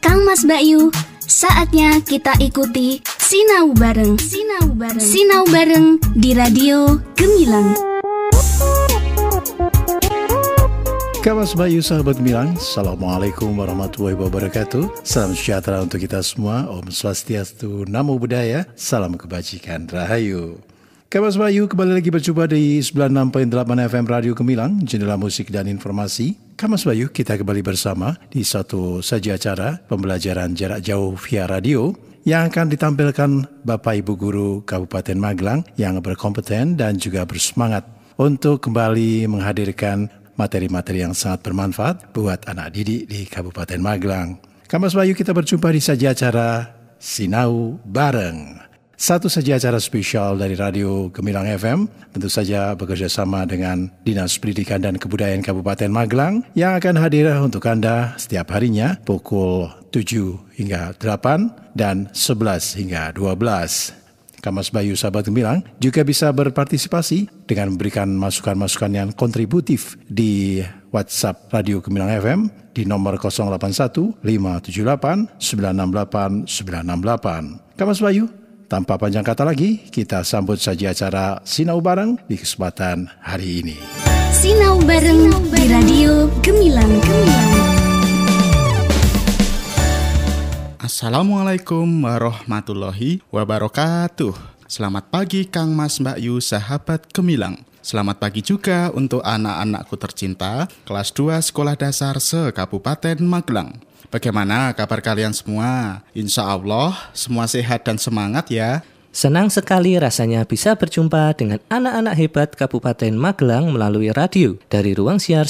Kang Mas Bayu, saatnya kita ikuti Sinau Bareng. Sinau Bareng di Radio Gemilang. Kang Mas Bayu, sahabat Gemilang, Assalamualaikum warahmatullahi wabarakatuh. Salam sejahtera untuk kita semua. Om Swastiastu, Namo Buddhaya, salam kebajikan, Rahayu. Kang Mas Bayu kembali lagi berjumpa di 96.8 FM Radio Gemilang, jendela musik dan informasi. Kang Mas Bayu, kita kembali bersama di satu saja acara pembelajaran jarak jauh via radio yang akan ditampilkan Bapak Ibu Guru Kabupaten Magelang yang berkompeten dan juga bersemangat untuk kembali menghadirkan materi-materi yang sangat bermanfaat buat anak didik di Kabupaten Magelang. Kang Mas Bayu, kita berjumpa di saja acara Sinau Bareng. Satu saja acara spesial dari Radio Gemilang FM, tentu saja bekerja sama dengan Dinas Pendidikan dan Kebudayaan Kabupaten Magelang yang akan hadir untuk Anda setiap harinya pukul 7 hingga 8 dan 11 hingga 12. Kang Mas Bayu, sahabat Gemilang, juga bisa berpartisipasi dengan memberikan masukan-masukan yang kontributif di WhatsApp Radio Gemilang FM di nomor 081 578 968 968. Kang Mas Bayu, tanpa panjang kata lagi, kita sambut saja acara Sinau Bareng di kesempatan hari ini. Sinau Bareng di Radio Gemilang. Assalamualaikum warahmatullahi wabarakatuh. Selamat pagi Kang Mas Mbak Yu, sahabat Gemilang. Selamat pagi juga untuk anak-anakku tercinta kelas 2 Sekolah Dasar se-Kabupaten Magelang. Bagaimana kabar kalian semua? Insya Allah semua sehat dan semangat ya. Senang sekali rasanya bisa berjumpa dengan anak-anak hebat Kabupaten Magelang melalui radio dari ruang siar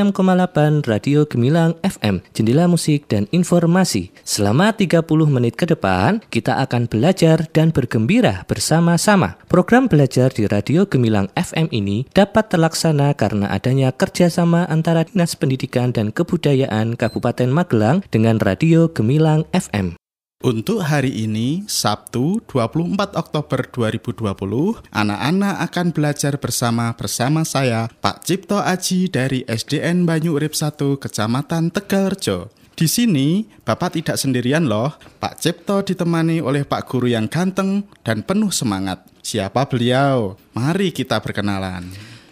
96,8 Radio Gemilang FM, jendela musik dan informasi. Selama 30 menit ke depan, kita akan belajar dan bergembira bersama-sama. Program belajar di Radio Gemilang FM ini dapat terlaksana karena adanya kerjasama antara Dinas Pendidikan dan Kebudayaan Kabupaten Magelang dengan Radio Gemilang FM. Untuk hari ini, Sabtu 24 Oktober 2020, anak-anak akan belajar bersama saya, Pak Cipto Aji dari SDN Banyu Urip 1, Kecamatan Tegalrejo. Di sini, Bapak tidak sendirian loh. Pak Cipto ditemani oleh Pak Guru yang ganteng dan penuh semangat. Siapa beliau? Mari kita berkenalan.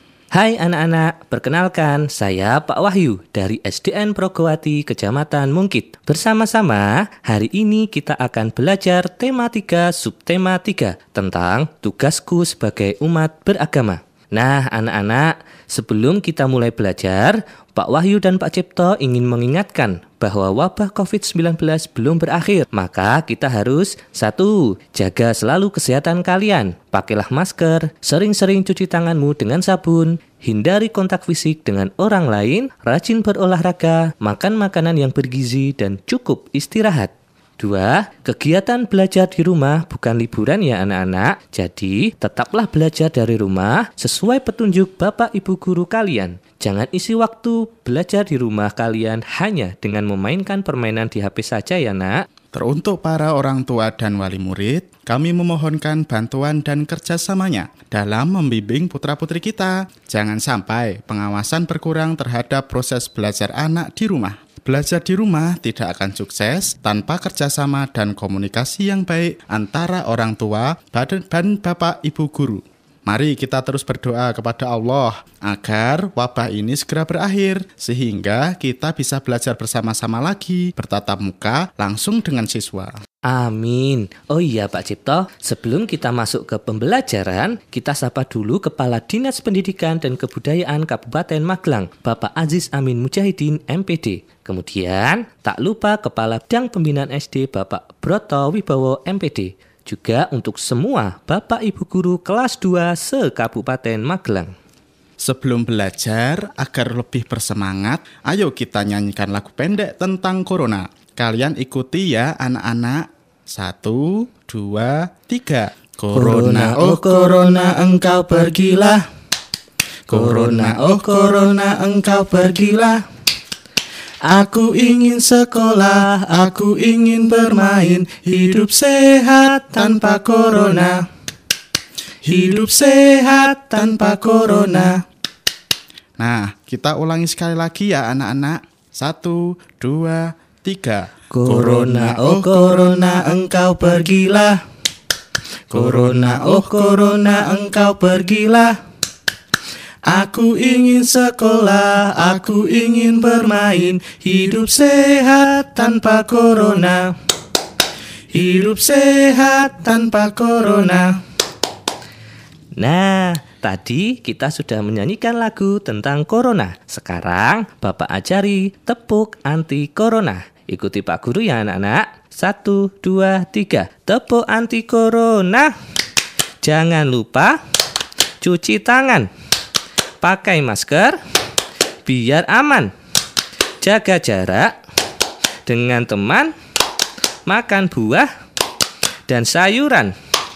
Hai anak-anak, perkenalkan saya Pak Wahyu dari SDN Progowati, Kecamatan Mungkit. Bersama-sama, hari ini kita akan belajar tema 3, subtema 3 tentang tugasku sebagai umat beragama. Nah anak-anak, sebelum kita mulai belajar, Pak Wahyu dan Pak Cipto ingin mengingatkan bahwa wabah COVID-19 belum berakhir. Maka kita harus 1. Jaga selalu kesehatan kalian. Pakailah masker, sering-sering cuci tanganmu dengan sabun, hindari kontak fisik dengan orang lain, rajin berolahraga, makan makanan yang bergizi, dan cukup istirahat. 2. Kegiatan belajar di rumah bukan liburan ya anak-anak. Jadi tetaplah belajar dari rumah sesuai petunjuk Bapak Ibu Guru kalian. Jangan isi waktu belajar di rumah kalian hanya dengan memainkan permainan di HP saja ya nak. Teruntuk para orang tua dan wali murid, kami memohonkan bantuan dan kerjasamanya dalam membimbing putra-putri kita. Jangan sampai pengawasan berkurang terhadap proses belajar anak di rumah. Belajar di rumah tidak akan sukses tanpa kerjasama dan komunikasi yang baik antara orang tua dan Bapak Ibu Guru. Mari kita terus berdoa kepada Allah agar wabah ini segera berakhir, sehingga kita bisa belajar bersama-sama lagi, bertatap muka langsung dengan siswa. Amin. Oh iya Pak Cipto, sebelum kita masuk ke pembelajaran, kita sapa dulu Kepala Dinas Pendidikan dan Kebudayaan Kabupaten Magelang, Bapak Aziz Amin Mujahidin MPD. Kemudian, tak lupa Kepala Bidang Pembinaan SD Bapak Broto Wibowo MPD. Juga untuk semua Bapak Ibu Guru kelas 2 se-Kabupaten Magelang. Sebelum belajar, agar lebih bersemangat, ayo kita nyanyikan lagu pendek tentang corona. Kalian ikuti ya anak-anak. 1, 2, 3. Corona, oh corona engkau pergilah. Corona, oh corona engkau pergilah. Aku ingin sekolah, aku ingin bermain. Hidup sehat tanpa corona. Hidup sehat tanpa corona. Nah, kita ulangi sekali lagi ya anak-anak. 1, 2, 3. Corona, oh corona, engkau pergilah. Corona, oh corona, engkau pergilah. Aku ingin sekolah, aku ingin bermain, hidup sehat tanpa corona. Hidup sehat tanpa corona. Nah, tadi kita sudah menyanyikan lagu tentang corona. Sekarang Bapak ajari tepuk anti corona. Ikuti Pak Guru ya anak-anak. 1, 2, 3. Tepuk anti corona. Jangan lupa cuci tangan. Pakai masker biar aman. Jaga jarak dengan teman. Makan buah dan sayuran.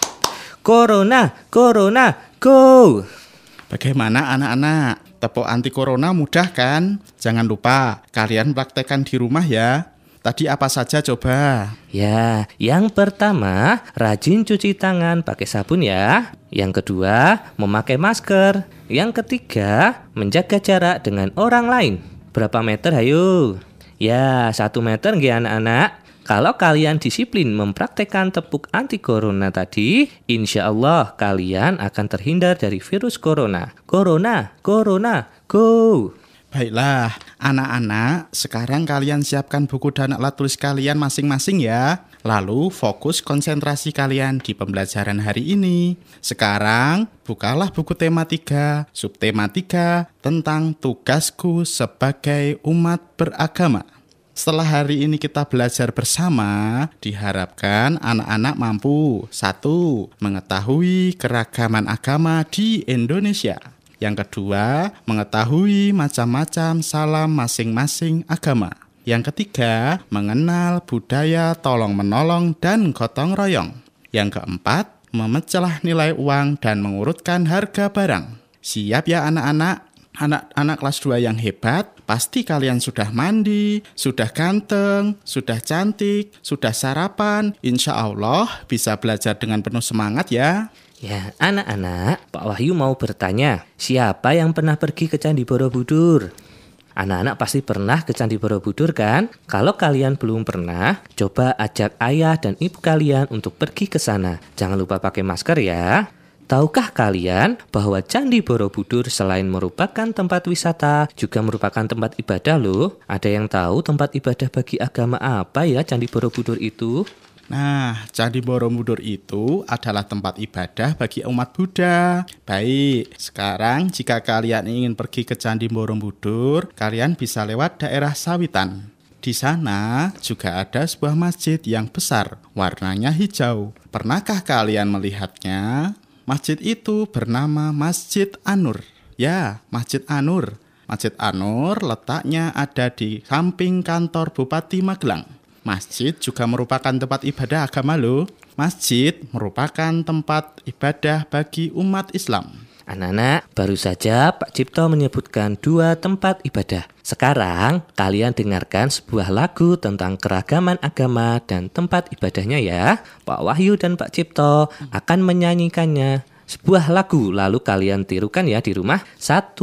Corona, corona, go! Bagaimana anak-anak? Tepuk anti corona mudah kan? Jangan lupa kalian praktekkan di rumah ya. Tadi apa saja coba? Ya, yang pertama rajin cuci tangan pakai sabun ya. Yang kedua memakai masker. Yang ketiga menjaga jarak dengan orang lain. Berapa meter hayo? Ya, 1 meter nggih anak-anak. Kalau kalian disiplin mempraktekkan tepuk anti corona tadi, insya Allah kalian akan terhindar dari virus corona. Corona, corona, go! Baiklah, anak-anak, sekarang kalian siapkan buku dan alat tulis kalian masing-masing ya. Lalu fokus konsentrasi kalian di pembelajaran hari ini. Sekarang, bukalah buku tema 3, subtema 3 tentang tugasku sebagai umat beragama. Setelah hari ini kita belajar bersama, diharapkan anak-anak mampu 1. Mengetahui keragaman agama di Indonesia. Yang kedua, mengetahui macam-macam salam masing-masing agama. Yang ketiga, mengenal budaya tolong-menolong dan gotong royong. Yang keempat, memecah nilai uang dan mengurutkan harga barang. Siap ya anak-anak? Anak-anak kelas 2 yang hebat, pasti kalian sudah mandi, sudah ganteng, sudah cantik, sudah sarapan. Insya Allah bisa belajar dengan penuh semangat ya. Ya, anak-anak, Pak Wahyu mau bertanya, siapa yang pernah pergi ke Candi Borobudur? Anak-anak pasti pernah ke Candi Borobudur kan? Kalau kalian belum pernah, coba ajak ayah dan ibu kalian untuk pergi ke sana. Jangan lupa pakai masker ya. Tahukah kalian bahwa Candi Borobudur selain merupakan tempat wisata, juga merupakan tempat ibadah loh? Ada yang tahu tempat ibadah bagi agama apa ya Candi Borobudur itu? Nah, Candi Borobudur itu adalah tempat ibadah bagi umat Buddha. Baik, sekarang jika kalian ingin pergi ke Candi Borobudur, kalian bisa lewat daerah Sawitan. Di sana juga ada sebuah masjid yang besar, warnanya hijau. Pernahkah kalian melihatnya? Masjid itu bernama Masjid An-Nur. Ya, Masjid An-Nur. Masjid An-Nur letaknya ada di samping kantor Bupati Magelang. Masjid juga merupakan tempat ibadah agama loh. Masjid merupakan tempat ibadah bagi umat Islam. Anak-anak, baru saja Pak Cipto menyebutkan 2 tempat ibadah. Sekarang kalian dengarkan sebuah lagu tentang keragaman agama dan tempat ibadahnya ya. Pak Wahyu dan Pak Cipto akan menyanyikannya sebuah lagu. Lalu kalian tirukan ya di rumah. 1,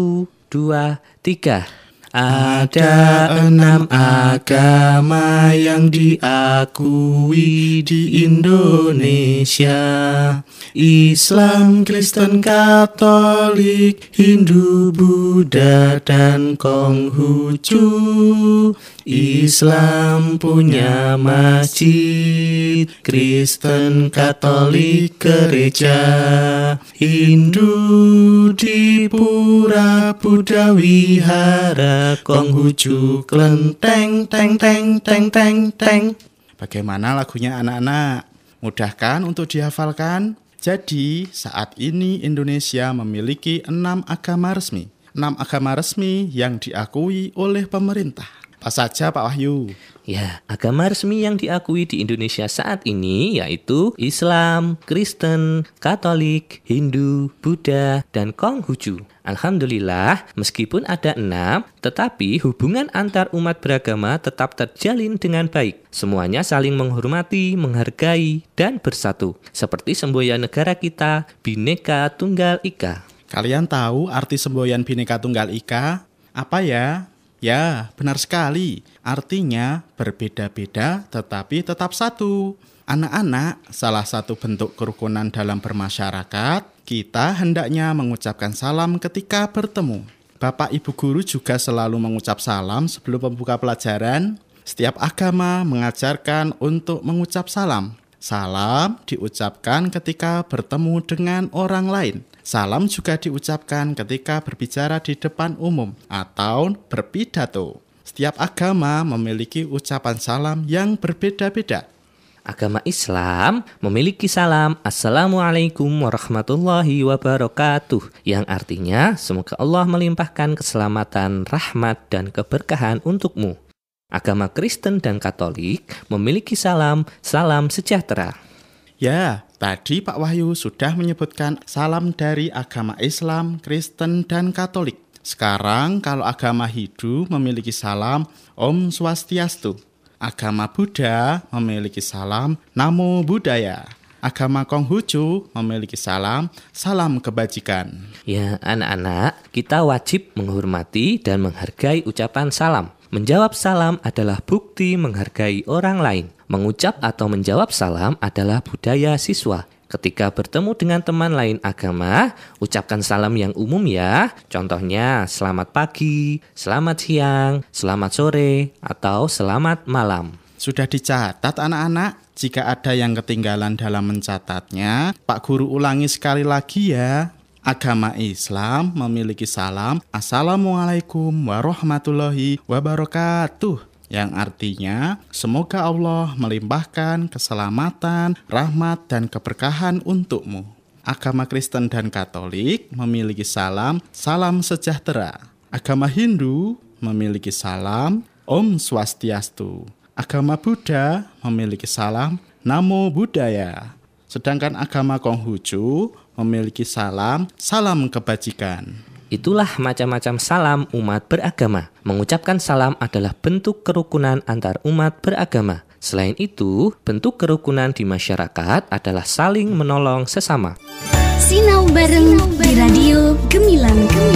2, 3. Ada 6 agama yang diakui di Indonesia. Islam, Kristen, Katolik, Hindu, Buddha, dan Konghucu. Islam punya masjid, Kristen, Katolik, gereja. Hindu di pura, Buddha wihara, Konghucu kelenteng, teng teng teng teng teng. Bagaimana lagunya anak-anak? Mudah kan untuk dihafalkan? Jadi, saat ini Indonesia memiliki 6 agama resmi. 6 agama resmi yang diakui oleh pemerintah. Apa saja Pak Wahyu? Ya, agama resmi yang diakui di Indonesia saat ini yaitu Islam, Kristen, Katolik, Hindu, Buddha, dan Konghucu. Alhamdulillah, meskipun ada 6, tetapi hubungan antar umat beragama tetap terjalin dengan baik. Semuanya saling menghormati, menghargai, dan bersatu. Seperti semboyan negara kita, Bhinneka Tunggal Ika. Kalian tahu arti semboyan Bhinneka Tunggal Ika? Apa ya? Ya, benar sekali. Artinya berbeda-beda tetapi tetap satu. Anak-anak, salah satu bentuk kerukunan dalam bermasyarakat, kita hendaknya mengucapkan salam ketika bertemu. Bapak Ibu guru juga selalu mengucap salam sebelum membuka pelajaran. Setiap agama mengajarkan untuk mengucap salam. Salam diucapkan ketika bertemu dengan orang lain. Salam juga diucapkan ketika berbicara di depan umum atau berpidato. Setiap agama memiliki ucapan salam yang berbeda-beda. Agama Islam memiliki salam Assalamualaikum warahmatullahi wabarakatuh, yang artinya semoga Allah melimpahkan keselamatan, rahmat, dan keberkahan untukmu. Agama Kristen dan Katolik memiliki salam sejahtera. Ya, tadi Pak Wahyu sudah menyebutkan salam dari agama Islam, Kristen, dan Katolik. Sekarang kalau agama Hindu memiliki salam Om Swastiastu. Agama Buddha memiliki salam Namo Buddhaya. Agama Konghucu memiliki salam kebajikan. Ya, anak-anak, kita wajib menghormati dan menghargai ucapan salam. Menjawab salam adalah bukti menghargai orang lain. Mengucap atau menjawab salam adalah budaya siswa. Ketika bertemu dengan teman lain agama, ucapkan salam yang umum ya. Contohnya, selamat pagi, selamat siang, selamat sore, atau selamat malam. Sudah dicatat anak-anak? Jika ada yang ketinggalan dalam mencatatnya, Pak Guru ulangi sekali lagi ya. Agama Islam memiliki salam Assalamualaikum warahmatullahi wabarakatuh, yang artinya semoga Allah melimpahkan keselamatan, rahmat, dan keberkahan untukmu. Agama Kristen dan Katolik memiliki salam sejahtera. Agama Hindu memiliki salam Om Swastiastu. Agama Buddha memiliki salam Namo Buddhaya. Sedangkan agama Konghucu memiliki salam kebajikan. Itulah macam-macam salam umat beragama. Mengucapkan salam adalah bentuk kerukunan antar umat beragama. Selain itu, bentuk kerukunan di masyarakat adalah saling menolong sesama. Sinau bareng di Radio Gemilang.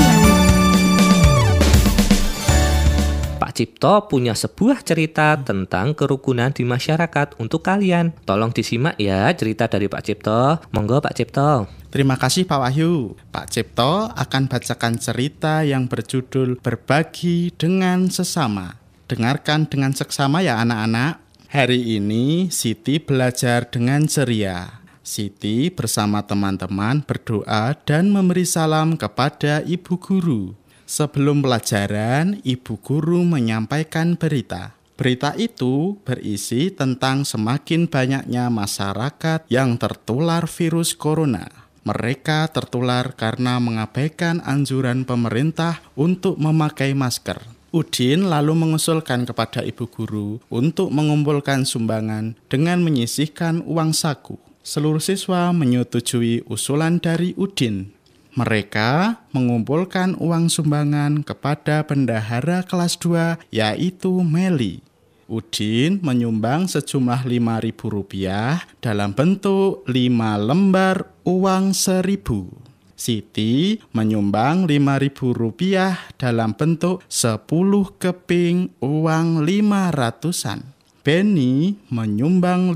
Pak Cipto punya sebuah cerita tentang kerukunan di masyarakat untuk kalian. Tolong disimak ya cerita dari Pak Cipto. Monggo Pak Cipto. Terima kasih Pak Wahyu. Pak Cipto akan bacakan cerita yang berjudul Berbagi dengan Sesama. Dengarkan dengan seksama ya anak-anak. Hari ini Siti belajar dengan ceria. Siti bersama teman-teman berdoa dan memberi salam kepada Ibu Guru. Sebelum pelajaran, Ibu Guru menyampaikan berita. Berita itu berisi tentang semakin banyaknya masyarakat yang tertular virus corona. Mereka tertular karena mengabaikan anjuran pemerintah untuk memakai masker. Udin lalu mengusulkan kepada Ibu Guru untuk mengumpulkan sumbangan dengan menyisihkan uang saku. Seluruh siswa menyetujui usulan dari Udin. Mereka mengumpulkan uang sumbangan kepada bendahara kelas 2 yaitu Meli. Udin menyumbang sejumlah Rp5.000 dalam bentuk 5 lembar uang 1.000. Siti menyumbang Rp5.000 dalam bentuk 10 keping uang 500-an. Benny menyumbang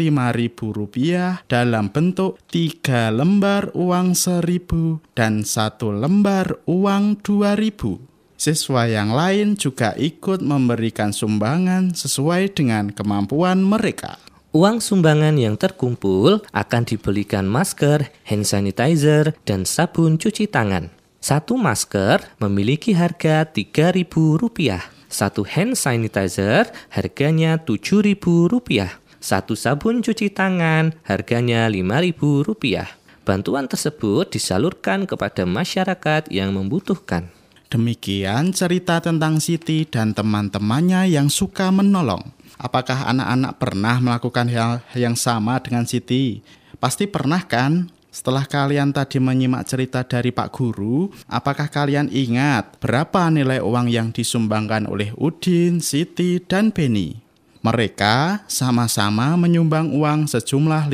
Rp5.000 dalam bentuk 3 lembar uang 1.000 dan 1 lembar uang 2.000. Siswa yang lain juga ikut memberikan sumbangan sesuai dengan kemampuan mereka. Uang sumbangan yang terkumpul akan dibelikan masker, hand sanitizer, dan sabun cuci tangan. Satu masker memiliki harga Rp3.000. Satu hand sanitizer harganya Rp7.000. Satu sabun cuci tangan harganya Rp5.000. Bantuan tersebut disalurkan kepada masyarakat yang membutuhkan. Demikian cerita tentang Siti dan teman-temannya yang suka menolong. Apakah anak-anak pernah melakukan hal yang sama dengan Siti? Pasti pernah kan? Setelah kalian tadi menyimak cerita dari Pak Guru, apakah kalian ingat berapa nilai uang yang disumbangkan oleh Udin, Siti, dan Benny? Mereka sama-sama menyumbang uang sejumlah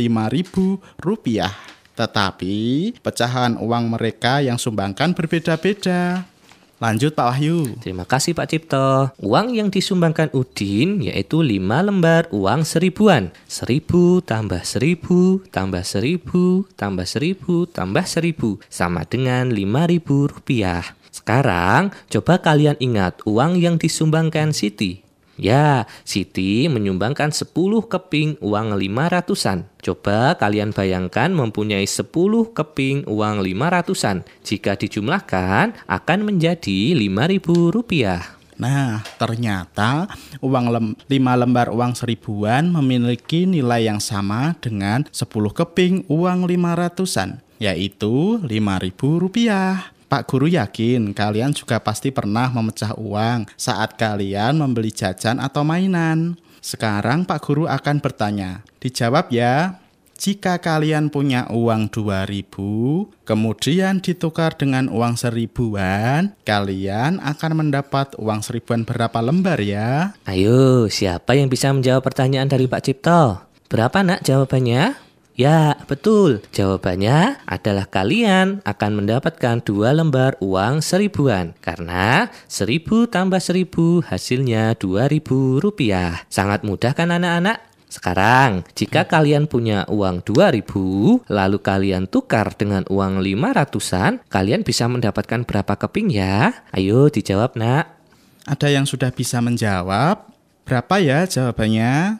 Rp5.000. Tetapi pecahan uang mereka yang sumbangkan berbeda-beda. Lanjut Pak Wahyu. Terima kasih Pak Cipto. Uang yang disumbangkan Udin yaitu 5 lembar uang 1000-an. 1000 tambah 1000 tambah 1000 tambah 1000 tambah 1000 sama dengan Rp5.000. Sekarang coba kalian ingat uang yang disumbangkan Siti. Ya, Siti menyumbangkan 10 keping uang 500-an. Coba kalian bayangkan mempunyai 10 keping uang 500-an. Jika dijumlahkan akan menjadi Rp5.000. Nah, ternyata uang 5 lembar uang 1000-an memiliki nilai yang sama dengan 10 keping uang 500-an, yaitu Rp5.000. Pak Guru yakin kalian juga pasti pernah memecah uang saat kalian membeli jajan atau mainan. Sekarang Pak Guru akan bertanya. Dijawab ya. Jika kalian punya uang 2.000, kemudian ditukar dengan uang 1000-an, kalian akan mendapat uang 1000-an berapa lembar ya? Ayo, siapa yang bisa menjawab pertanyaan dari Pak Cipto? Berapa nak jawabannya? Ya, betul. Jawabannya adalah kalian akan mendapatkan 2 lembar uang 1000-an. Karena 1000 tambah 1000 hasilnya Rp2.000. Sangat mudah kan anak-anak? Sekarang, jika kalian punya uang 2.000, lalu kalian tukar dengan uang 500-an, kalian bisa mendapatkan berapa keping ya? Ayo dijawab nak. Ada yang sudah bisa menjawab? Berapa ya jawabannya?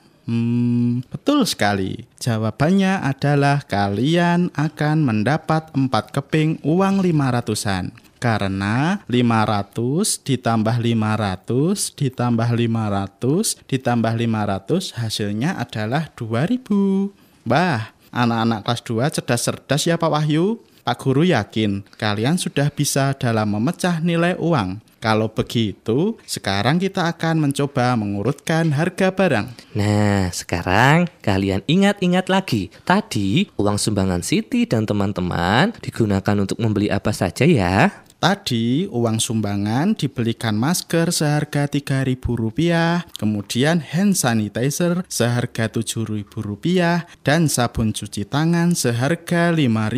Betul sekali. Jawabannya adalah kalian akan mendapat 4 keping uang 500-an. Karena 500 ditambah 500 ditambah 500 ditambah 500 hasilnya adalah 2.000. Bah, anak-anak kelas 2 cerdas-cerdas ya Pak Wahyu. Pak Guru yakin kalian sudah bisa dalam memecah nilai uang. Kalau begitu, sekarang kita akan mencoba mengurutkan harga barang. Nah, sekarang kalian ingat-ingat lagi. Tadi uang sumbangan Siti dan teman-teman digunakan untuk membeli apa saja ya? Tadi uang sumbangan dibelikan masker seharga Rp3.000, kemudian hand sanitizer seharga Rp7.000, dan sabun cuci tangan seharga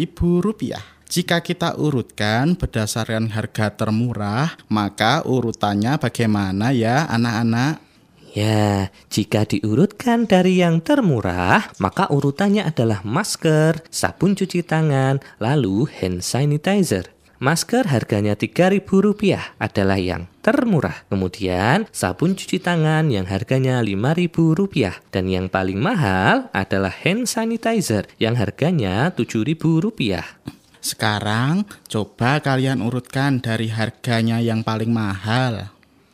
Rp5.000. Jika kita urutkan berdasarkan harga termurah, maka urutannya bagaimana ya anak-anak? Ya, jika diurutkan dari yang termurah, maka urutannya adalah masker, sabun cuci tangan, lalu hand sanitizer. Masker harganya Rp3.000 adalah yang termurah. Kemudian sabun cuci tangan yang harganya Rp5.000. Dan yang paling mahal adalah hand sanitizer yang harganya Rp7.000. Sekarang coba kalian urutkan dari harganya yang paling mahal.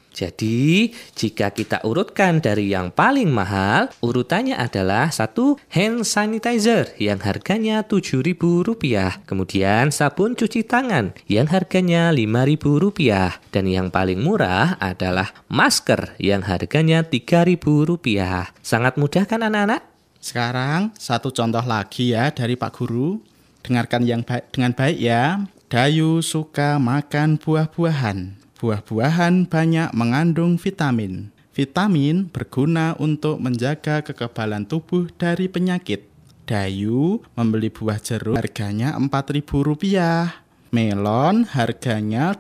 Jadi, jika kita urutkan dari yang paling mahal, urutannya adalah 1 hand sanitizer yang harganya Rp7.000. Kemudian sabun cuci tangan yang harganya Rp5.000. Dan yang paling murah adalah masker yang harganya Rp3.000. Sangat mudah kan anak-anak? Sekarang satu contoh lagi ya dari Pak Guru. Dengarkan dengan baik ya. Dayu suka makan buah-buahan. Buah-buahan banyak mengandung vitamin. Vitamin berguna untuk menjaga kekebalan tubuh dari penyakit. Dayu membeli buah jeruk harganya Rp4.000. Melon harganya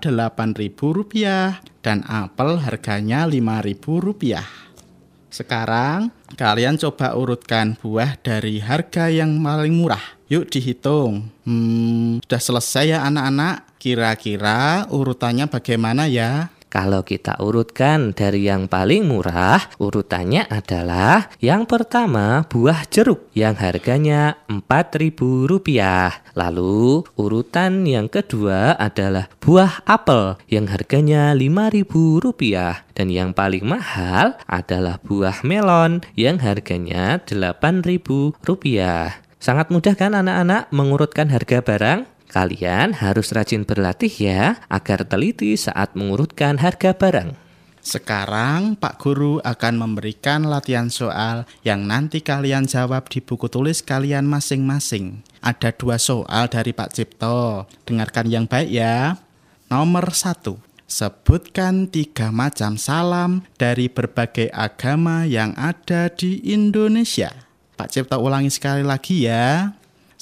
Rp8.000 dan apel harganya Rp5.000. Sekarang kalian coba urutkan buah dari harga yang paling murah. Yuk dihitung. Sudah selesai ya anak-anak? Kira-kira urutannya bagaimana ya? Kalau kita urutkan dari yang paling murah, urutannya adalah yang pertama buah jeruk yang harganya Rp4.000. Lalu urutan yang kedua adalah buah apel yang harganya Rp5.000. Dan yang paling mahal adalah buah melon yang harganya Rp8.000. Sangat mudah kan anak-anak mengurutkan harga barang? Kalian harus rajin berlatih ya, agar teliti saat mengurutkan harga barang. Sekarang Pak Guru akan memberikan latihan soal yang nanti kalian jawab di buku tulis kalian masing-masing. Ada 2 soal dari Pak Cipto. Dengarkan yang baik ya. Nomor 1. Sebutkan 3 macam salam dari berbagai agama yang ada di Indonesia. Pak Cipto ulangi sekali lagi ya.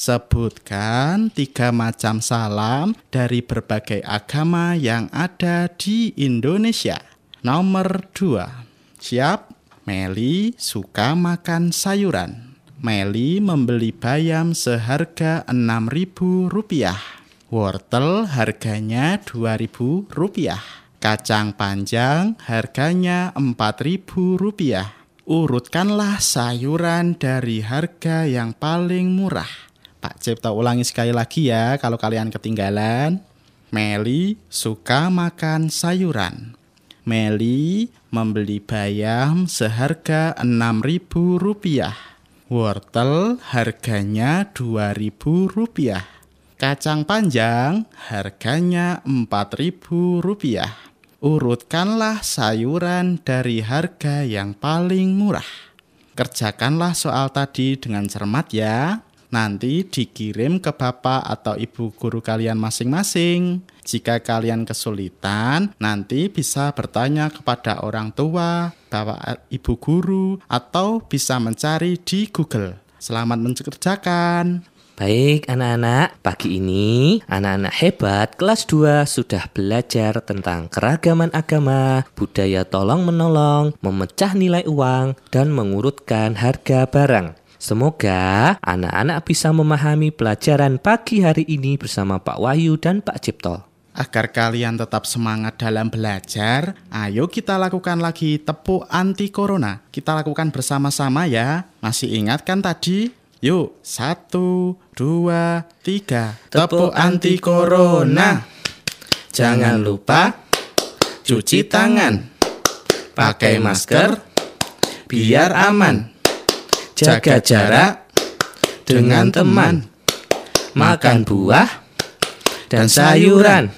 Sebutkan 3 macam salam dari berbagai agama yang ada di Indonesia. Nomor 2. Siap? Meli suka makan sayuran. Meli membeli bayam seharga Rp6.000. Wortel harganya Rp2.000. Kacang panjang harganya Rp4.000. Urutkanlah sayuran dari harga yang paling murah. Pak Cipto ulangi sekali lagi ya kalau kalian ketinggalan. Meli suka makan sayuran. Meli membeli bayam seharga Rp6.000. Wortel harganya Rp2.000. Kacang panjang harganya Rp4.000. Urutkanlah sayuran dari harga yang paling murah. Kerjakanlah soal tadi dengan cermat ya. Nanti dikirim ke bapak atau ibu guru kalian masing-masing. Jika kalian kesulitan, nanti bisa bertanya kepada orang tua, bapak ibu guru, atau bisa mencari di Google. Selamat mengerjakan. Baik anak-anak, pagi ini anak-anak hebat kelas 2 sudah belajar tentang keragaman agama, budaya tolong-menolong, memecah nilai uang, dan mengurutkan harga barang. Semoga anak-anak bisa memahami pelajaran pagi hari ini bersama Pak Wahyu dan Pak Cipto. Agar kalian tetap semangat dalam belajar, ayo kita lakukan lagi tepuk anti corona. Kita lakukan bersama-sama ya. Masih ingat kan tadi? Yuk, 1, 2, 3. Tepuk anti corona. Jangan lupa cuci tangan, pakai masker, biar aman. Jaga jarak dengan teman, makan buah dan sayuran.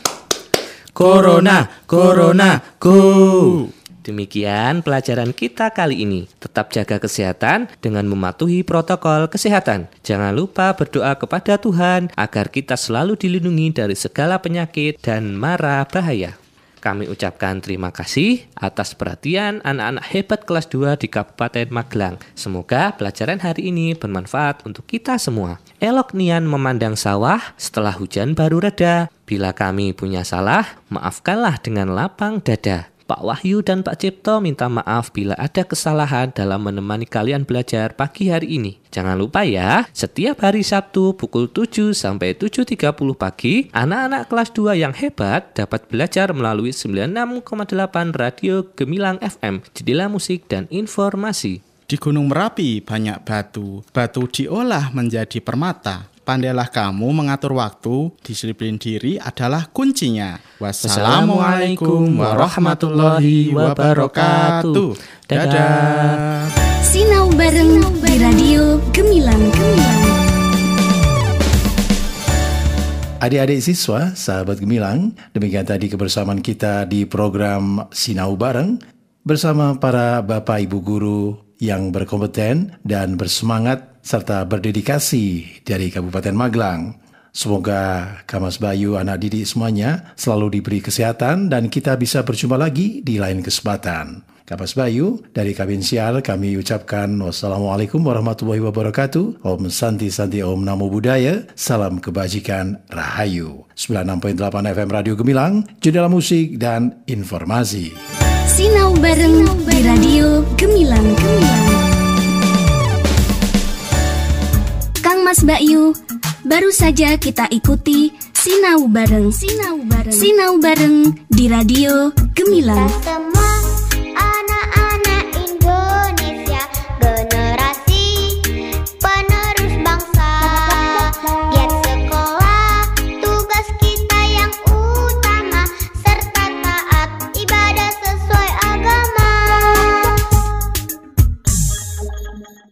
Corona, corona, go! Demikian pelajaran kita kali ini. Tetap jaga kesehatan dengan mematuhi protokol kesehatan. Jangan lupa berdoa kepada Tuhan agar kita selalu dilindungi dari segala penyakit dan mara bahaya. Kami ucapkan terima kasih atas perhatian anak-anak hebat kelas 2 di Kabupaten Magelang. Semoga pelajaran hari ini bermanfaat untuk kita semua. Elok nian memandang sawah setelah hujan baru reda. Bila kami punya salah, maafkanlah dengan lapang dada. Pak Wahyu dan Pak Cipto minta maaf bila ada kesalahan dalam menemani kalian belajar pagi hari ini. Jangan lupa ya, setiap hari Sabtu pukul 7 sampai 7.30 pagi, anak-anak kelas 2 yang hebat dapat belajar melalui 96,8 Radio Gemilang FM, jendela musik dan informasi. Di Gunung Merapi banyak batu. Batu diolah menjadi permata. Pandailah kamu mengatur waktu, disiplin diri adalah kuncinya. Wassalamualaikum warahmatullahi wabarakatuh. Dadah. Sinau bareng di Radio Gemilang. Adik-adik siswa, sahabat Gemilang, demikian tadi kebersamaan kita di program Sinau Bareng bersama para Bapak Ibu Guru yang berkompeten dan bersemangat serta berdedikasi dari Kabupaten Magelang. Semoga Kamas Bayu, anak didik semuanya selalu diberi kesehatan dan kita bisa berjumpa lagi di lain kesempatan. Kamas Bayu, dari Kabinsial kami ucapkan wassalamualaikum warahmatullahi wabarakatuh. Om Santi Santi Om Namo Buddhaya. Salam kebajikan Rahayu. 96.8 FM Radio Gemilang, jendela musik dan informasi. Sinau bareng di Radio Gemilang. Kang Mas Bayu, baru saja kita ikuti Sinau bareng di Radio Gemilang.